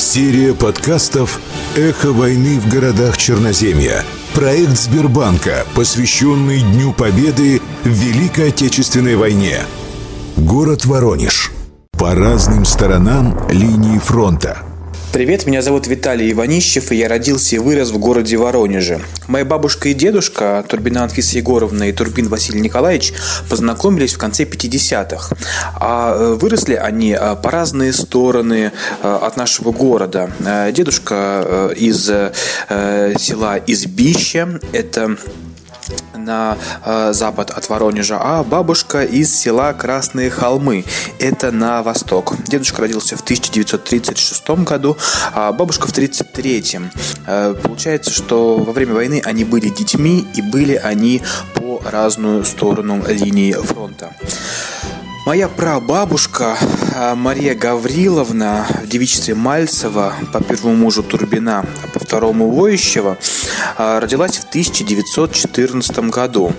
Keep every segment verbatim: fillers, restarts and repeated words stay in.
Серия подкастов «Эхо войны в городах Черноземья». Проект Сбербанка, посвященный Дню Победы в Великой Отечественной войне. Город Воронеж. По разным сторонам линии фронта. Привет, меня зовут Виталий Иванищев, и я родился и вырос в городе Воронеже. Моя бабушка и дедушка, Турбина Анфиса Егоровна и Турбин Василий Николаевич, познакомились в конце пятидесятых. А выросли они по разные стороны от нашего города. Дедушка из села Избище, это на э, запад от Воронежа, а бабушка из села Красные Холмы, это на восток. Дедушка родился в тысяча девятьсот тридцать шестом году, а бабушка в тридцать третьем. Э, получается, что во время войны они были детьми, и были они по разную сторону линии фронта. Моя прабабушка Мария Гавриловна в девичестве Мальцева, по первому мужу Турбина, а по второму Воющева, родилась в тысяча девятьсот четырнадцатом году.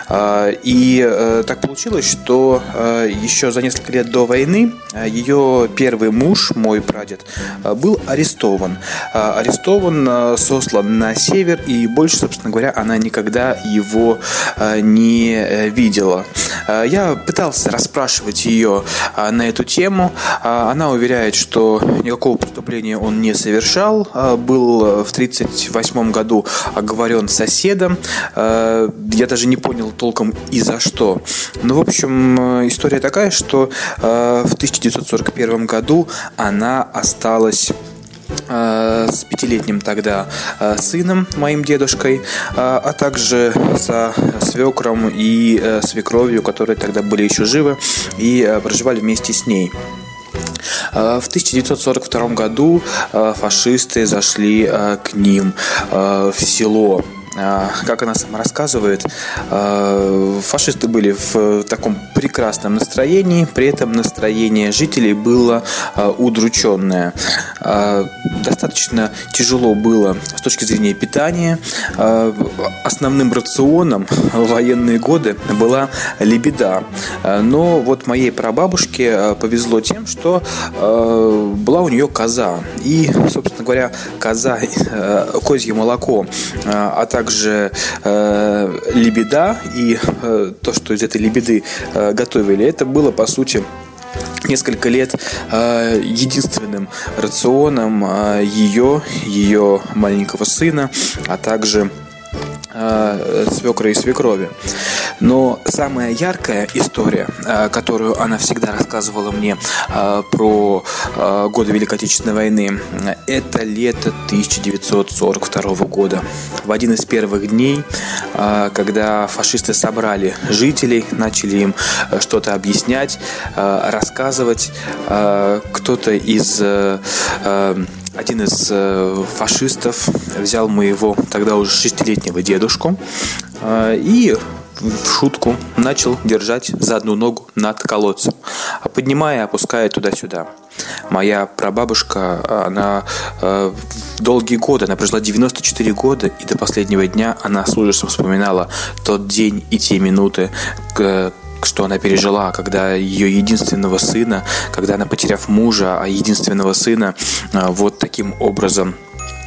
И так получилось, что еще за несколько лет до войны ее первый муж, мой прадед, был арестован. Арестован, сослан на север, и больше, собственно говоря, она никогда его не видела. Я пытался расспрашивать ее на эту тему. Она уверяет, что никакого преступления он не совершал. Был в тридцать восьмом году оговорен соседом. Я даже не понял толком и за что. Но, в общем, история такая, что в тысяча девятьсот сорок первом году она осталась с пятилетним тогда сыном, моим дедушкой, а также со свекром и свекровью, которые тогда были еще живы и проживали вместе с ней. В тысяча девятьсот сорок втором году фашисты зашли к ним в село. Как она сама рассказывает, фашисты были в таком прекрасном настроении, при этом настроение жителей было удрученное. Достаточно тяжело было с точки зрения питания. Основным рационом в военные годы была лебеда. Но вот моей прабабушке повезло тем, что была у нее коза. И, собственно говоря, коза, козье молоко, а также также э, лебеда и э, то, что из этой лебеды э, готовили, это было, по сути, несколько лет э, единственным рационом э, ее, ее маленького сына, а также э, свекра и свекрови. Но самая яркая история, которую она всегда рассказывала мне про годы Великой Отечественной войны, это лето тысяча девятьсот сорок второго года. В один из первых дней, когда фашисты собрали жителей, начали им что-то объяснять, рассказывать, кто-то из... Один из фашистов взял моего тогда уже шестилетнего дедушку и в шутку начал держать за одну ногу над колодцем, а поднимая и опуская туда-сюда. Моя прабабушка, она э, долгие годы, она прожила девяносто четыре года, и до последнего дня она с ужасом вспоминала тот день и те минуты, к, что она пережила, когда ее единственного сына, когда она, потеряв мужа, а единственного сына, э, вот таким образом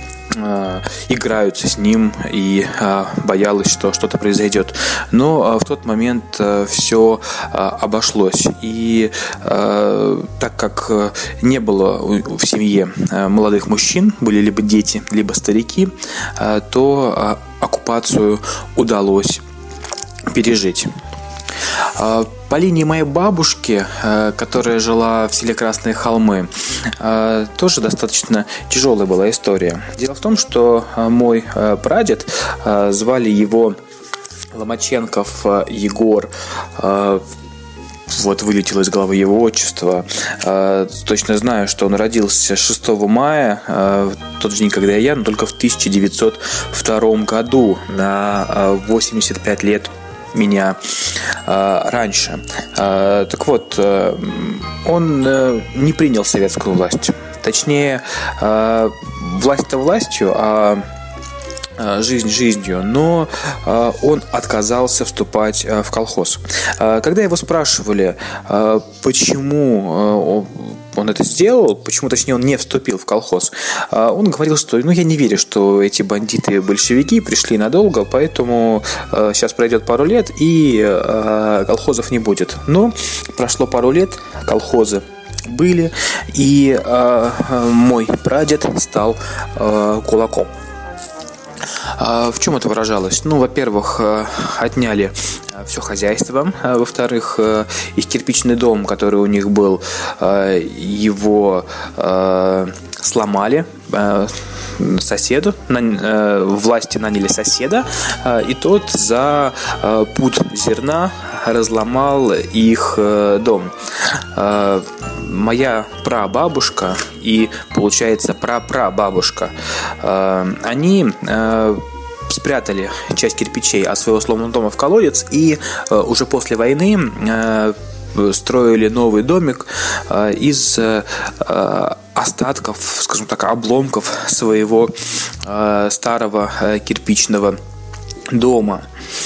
играются с ним, и а, боялась, что что-то произойдет. Но а, в тот момент а, все а, обошлось. И а, так как не было в семье а, молодых мужчин, были либо дети, либо старики, а, то а, оккупацию удалось пережить. По линии моей бабушки, которая жила в селе Красные Холмы, тоже достаточно тяжелая была история. Дело в том, что мой прадед, звали его Ломаченков Егор, вот вылетело из головы его отчество. Точно знаю, что он родился шестого мая, в тот же день, когда и я, но только в тысяча девятьсот втором году, на восемьдесят пять лет меня э, раньше. Э, так вот, э, он э, не принял советскую власть. Точнее, э, власть-то властью, а жизнь жизнью, но э, он отказался вступать э, в колхоз. Э, когда его спрашивали, э, почему он это сделал, почему, точнее, он не вступил в колхоз. Он говорил, что ну, я не верю, что эти бандиты-большевики пришли надолго, поэтому сейчас пройдет пару лет, и колхозов не будет. Но прошло пару лет, колхозы были, и мой прадед стал кулаком. В чем это выражалось? Ну, во-первых, отняли все хозяйство, во-вторых, их кирпичный дом, который у них был, его сломали, соседу, власти наняли соседа, и тот за пуд зерна разломал их дом. Моя прабабушка и, получается, прапрабабушка, они спрятали часть кирпичей от своего сломанного дома в колодец, и уже после войны строили новый домик из остатков, скажем так, обломков своего старого кирпичного дома.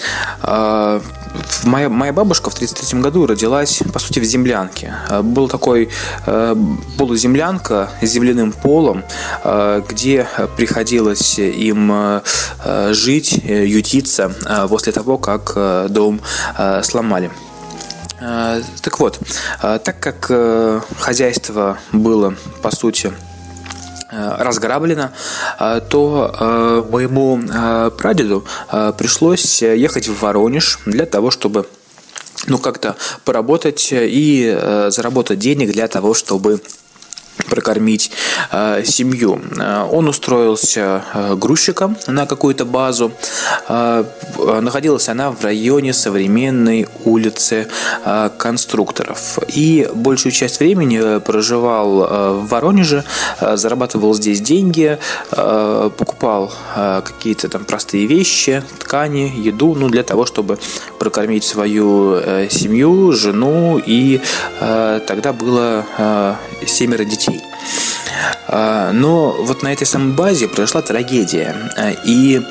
Моя, моя бабушка в тридцать третьем году родилась, по сути, в землянке. Был такой э, полуземлянка с земляным полом, э, где приходилось им э, жить, э, ютиться э, после того, как э, дом э, сломали. Э, так вот, э, так как э, хозяйство было, по сути, разграблено, то моему прадеду пришлось ехать в Воронеж для того, чтобы ну, как-то поработать и заработать денег для того, чтобы прокормить э, семью. Он устроился э, грузчиком на какую-то базу. Э, находилась она в районе современной улицы э, Конструкторов. И большую часть времени проживал э, в Воронеже, э, зарабатывал здесь деньги, э, покупал э, какие-то там простые вещи, ткани, еду, ну, для того, чтобы прокормить свою э, семью, жену, и э, тогда было э, семеро детей. Но вот на этой самой базе произошла трагедия, и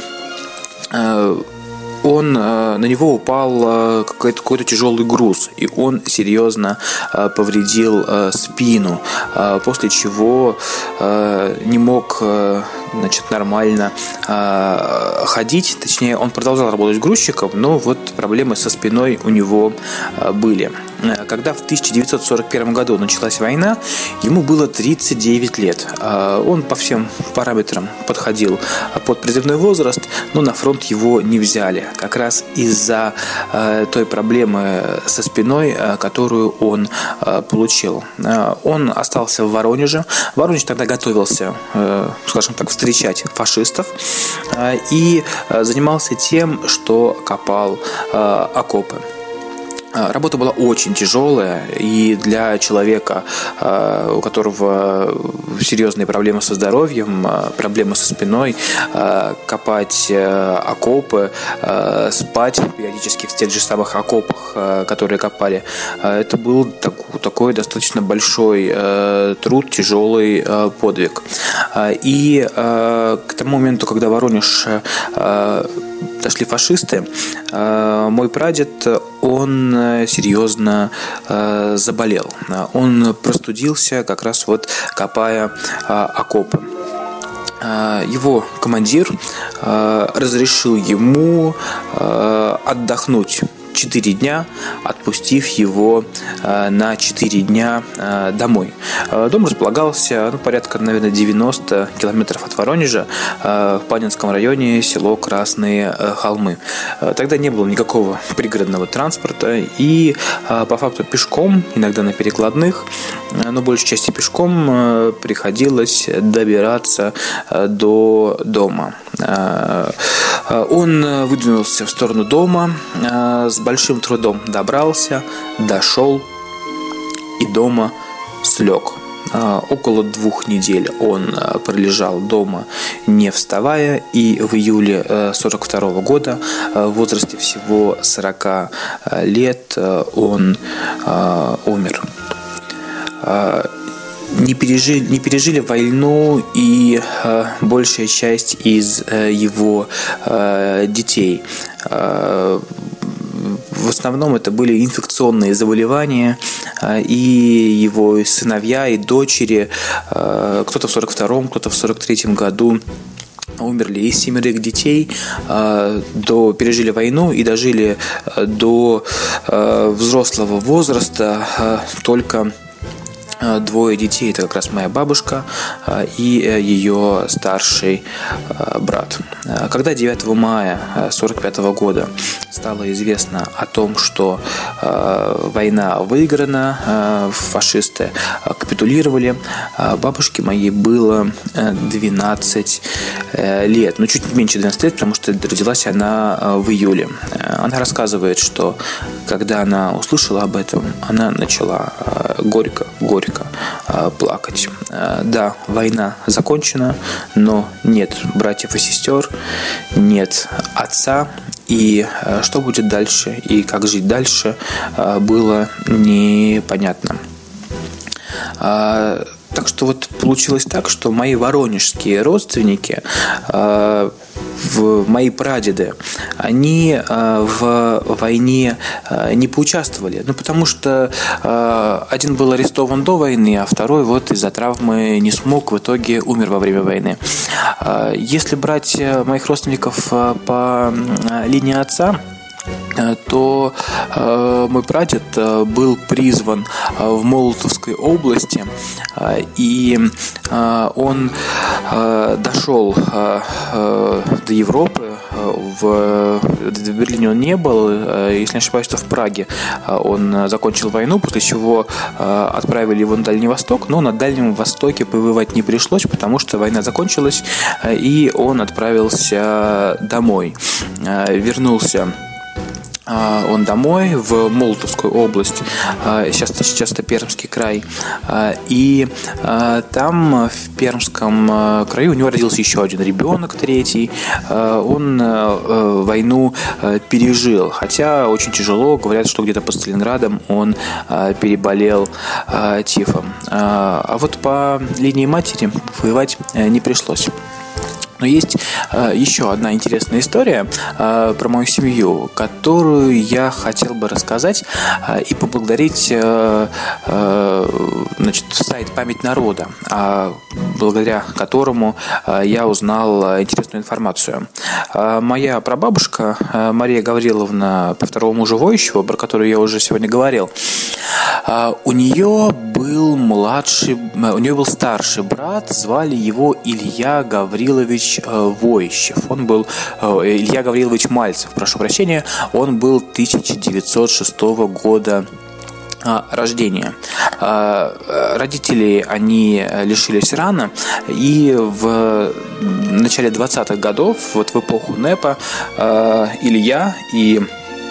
он, на него упал какой-то, какой-то тяжелый груз, и он серьезно повредил спину, после чего не мог, значит, нормально ходить. Точнее, он продолжал работать грузчиком, но вот проблемы со спиной у него были. Когда в тысяча девятьсот сорок первом году началась война, ему было тридцать девять лет. Он по всем параметрам подходил под призывной возраст, но на фронт его не взяли. Как раз из-за той проблемы со спиной, которую он получил. Он остался в Воронеже. Воронеж тогда готовился, скажем так, встречать фашистов и занимался тем, что копал окопы. Работа была очень тяжелая, и для человека, у которого серьезные проблемы со здоровьем, проблемы со спиной, копать окопы, спать периодически в тех же самых окопах, которые копали, это был такой достаточно большой труд, тяжелый подвиг. И к тому моменту, когда в Воронеж дошли фашисты, мой прадед, он серьезно заболел. Он простудился, как раз вот копая окопы. Его командир разрешил ему отдохнуть четыре дня, отпустив его на четыре дня домой. Дом располагался, ну, порядка, наверное, девяносто километров от Воронежа, в Панинском районе, село Красные Холмы. Тогда не было никакого пригородного транспорта, и по факту пешком, иногда на перекладных, но большей части пешком приходилось добираться до дома. Он выдвинулся в сторону дома, с большим трудом добрался, дошел и дома слег. Около двух недель он пролежал дома, не вставая, и в июле сорок второго года, в возрасте всего сорока лет, он умер. Не пережили, не пережили войну и э, большая часть из э, его э, детей. Э, в основном это были инфекционные заболевания, и его сыновья, и дочери, кто-то в сорок втором, кто-то в сорок третьем году умерли. Из семерых детей до, пережили войну и дожили до взрослого возраста только двое детей. Это как раз моя бабушка и ее старший брат. Когда девятого мая сорок пятого года стало известно о том, что война выиграна, фашисты капитулировали, бабушке моей было двенадцать лет. Ну, чуть меньше двенадцати лет, потому что родилась она в июле. Она рассказывает, что когда она услышала об этом, она начала горько-горько плакать. Да, война закончена, но нет братьев и сестер, нет отца, и что будет дальше, и как жить дальше, было непонятно. Так что вот получилось так, что мои воронежские родственники, мои прадеды, они в войне не поучаствовали. Ну, потому что один был арестован до войны, а второй вот из-за травмы не смог, в итоге умер во время войны. Если брать моих родственников по линии отца, то э, мой прадед э, был призван э, в Молотовской области, э, и э, он э, дошел э, э, до Европы. В, в Берлине он не был, э, если не ошибаюсь, то в Праге он закончил войну, после чего э, отправили его на Дальний Восток, но на Дальнем Востоке повоевать не пришлось, потому что война закончилась, э, и он отправился домой, э, вернулся он домой в Молотовскую область, сейчас, сейчас это Пермский край, и там в Пермском краю у него родился еще один ребенок, третий. Он войну пережил, хотя очень тяжело, говорят, что где-то под Сталинградом он переболел тифом. А вот по линии матери воевать не пришлось. Но есть э, еще одна интересная история э, про мою семью, которую я хотел бы рассказать э, и поблагодарить э, э, значит, сайт «Память народа», э, благодаря которому э, я узнал э, интересную информацию. Э, моя прабабушка э, Мария Гавриловна, по второму мужу Воищева, про которую я уже сегодня говорил, э, у нее был младший, у нее был старший брат, звали его Илья Гаврилович Воищев. Он был Илья Гаврилович Мальцев, прошу прощения, он был тысяча девятьсот шестого года рождения. Родители, они лишились рано, и в начале двадцатых годов, вот в эпоху НЭПа, Илья и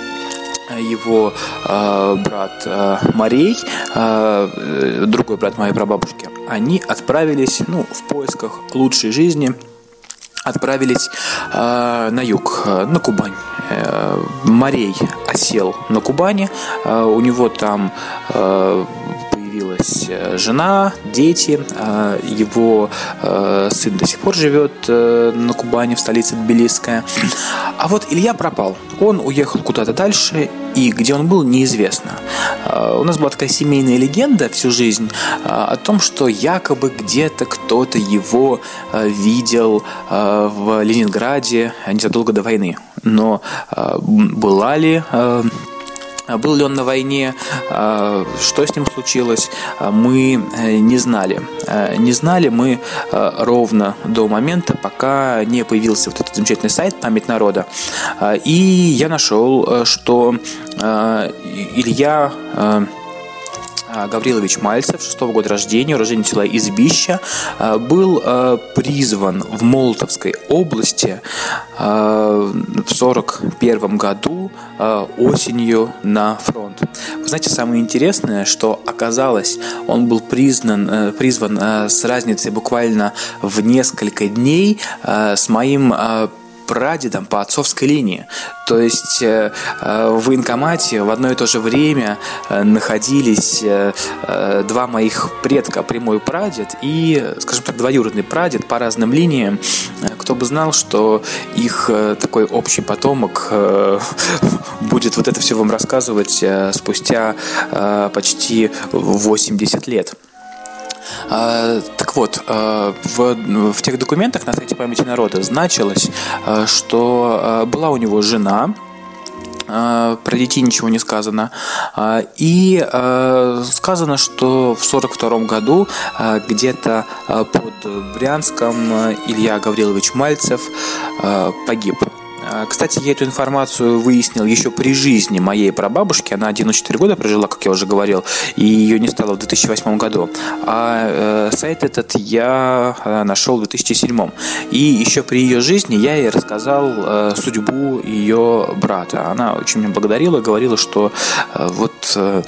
его э, брат э, Марей, э, другой брат моей прабабушки, они отправились, ну, в поисках лучшей жизни, отправились э, на юг, э, на Кубань. Э, Марей осел на Кубани, э, у него там э, появилась жена, дети, э, его э, сын до сих пор живет э, на Кубани, в столице Тбилисская. А вот Илья пропал. Он уехал куда-то дальше, и где он был, неизвестно. У нас была такая семейная легенда всю жизнь о том, что якобы где-то кто-то его видел в Ленинграде незадолго до войны. Но была ли... Был ли он на войне, что с ним случилось, мы не знали. Не знали мы ровно до момента, пока не появился вот этот замечательный сайт «Память народа». И я нашел, что Илья Гаврилович Мальцев, шестого года рождения, уроженец села Избища, был призван в Молотовской области в сорок первом году осенью на фронт. Вы знаете, самое интересное, что оказалось, он был признан, призван с разницей буквально в несколько дней с моим прадедом по отцовской линии. То есть в военкомате в одно и то же время находились два моих предка, прямой прадед и, скажем так, двоюродный прадед по разным линиям. Кто бы знал, что их такой общий потомок будет вот это все вам рассказывать спустя почти восемьдесят лет. Так вот, в, в тех документах на сайте памяти народа значилось, что была у него жена, про детей ничего не сказано. И сказано, что в сорок втором году где-то под Брянском Илья Гаврилович Мальцев погиб. Кстати, я эту информацию выяснил еще при жизни моей прабабушки. Она девяносто четыре года прожила, как я уже говорил, и ее не стало в две тысячи восьмом году. А э, сайт этот я нашел в две тысячи седьмом. И еще при ее жизни я ей рассказал э, судьбу ее брата. Она очень меня благодарила, говорила, что э, вот э,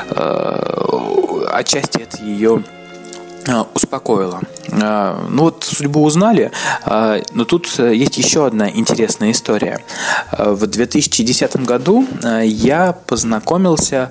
э, отчасти это ее успокоило. Ну вот судьбу узнали, но тут есть еще одна интересная история. В две тысячи десятом году я познакомился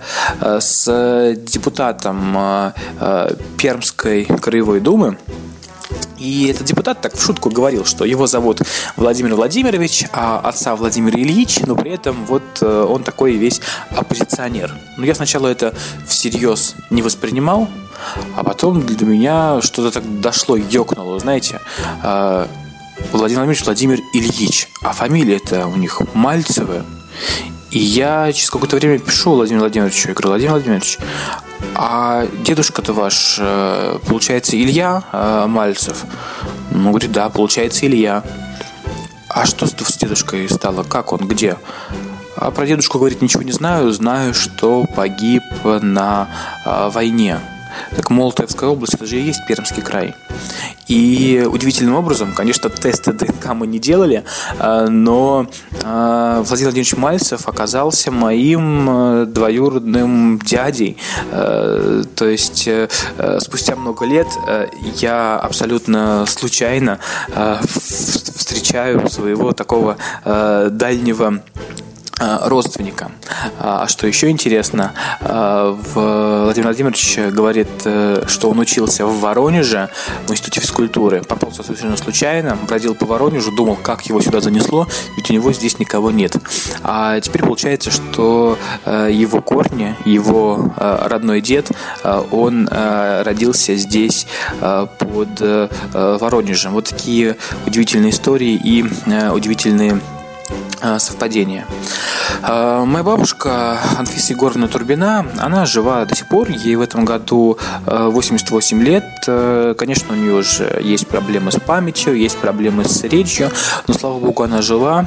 с депутатом Пермской краевой думы. И этот депутат так в шутку говорил, что его зовут Владимир Владимирович, а отца Владимир Ильич, но при этом вот он такой весь оппозиционер. Но я сначала это всерьез не воспринимал, а потом для меня что-то так дошло, ёкнуло, знаете. Владимир Владимирович Владимир Ильич, а фамилия-то у них Мальцевы. И я через какое-то время пишу Владимиру Владимировичу, я говорю: Владимир Владимирович, а дедушка-то ваш, получается, Илья Мальцев? Ну, говорит, да, получается, Илья. А что с дедушкой стало? Как он? Где? А про дедушку, говорит, ничего не знаю. Знаю, что погиб на войне. Так Молотовская область, это же и есть Пермский край. И удивительным образом, конечно, тесты ДНК мы не делали, но Владимир Владимирович Мальцев оказался моим двоюродным дядей. То есть спустя много лет я абсолютно случайно встречаю своего такого дальнего родственника. А что еще интересно, Владимир Владимирович говорит, что он учился в Воронеже в институте физкультуры. Попал совершенно случайно, бродил по Воронежу, думал, как его сюда занесло, ведь у него здесь никого нет. А теперь получается, что его корни, его родной дед, он родился здесь под Воронежем. Вот такие удивительные истории и удивительные совпадения. Моя бабушка Анфиса Егоровна Турбина, она жива до сих пор, ей в этом году восемьдесят восемь лет. Конечно, у нее уже есть проблемы с памятью, есть проблемы с речью, но, слава богу, она жива.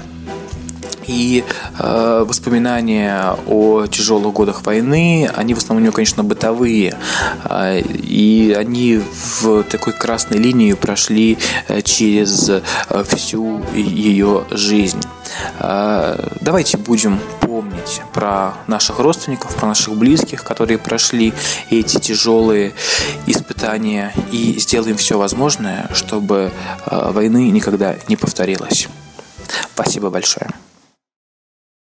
И э, воспоминания о тяжелых годах войны, они в основном у нее, конечно, бытовые. Э, и они в такой красной линии прошли э, через э, всю ее жизнь. Э, давайте будем помнить про наших родственников, про наших близких, которые прошли эти тяжелые испытания, и сделаем все возможное, чтобы э, войны никогда не повторилось. Спасибо большое.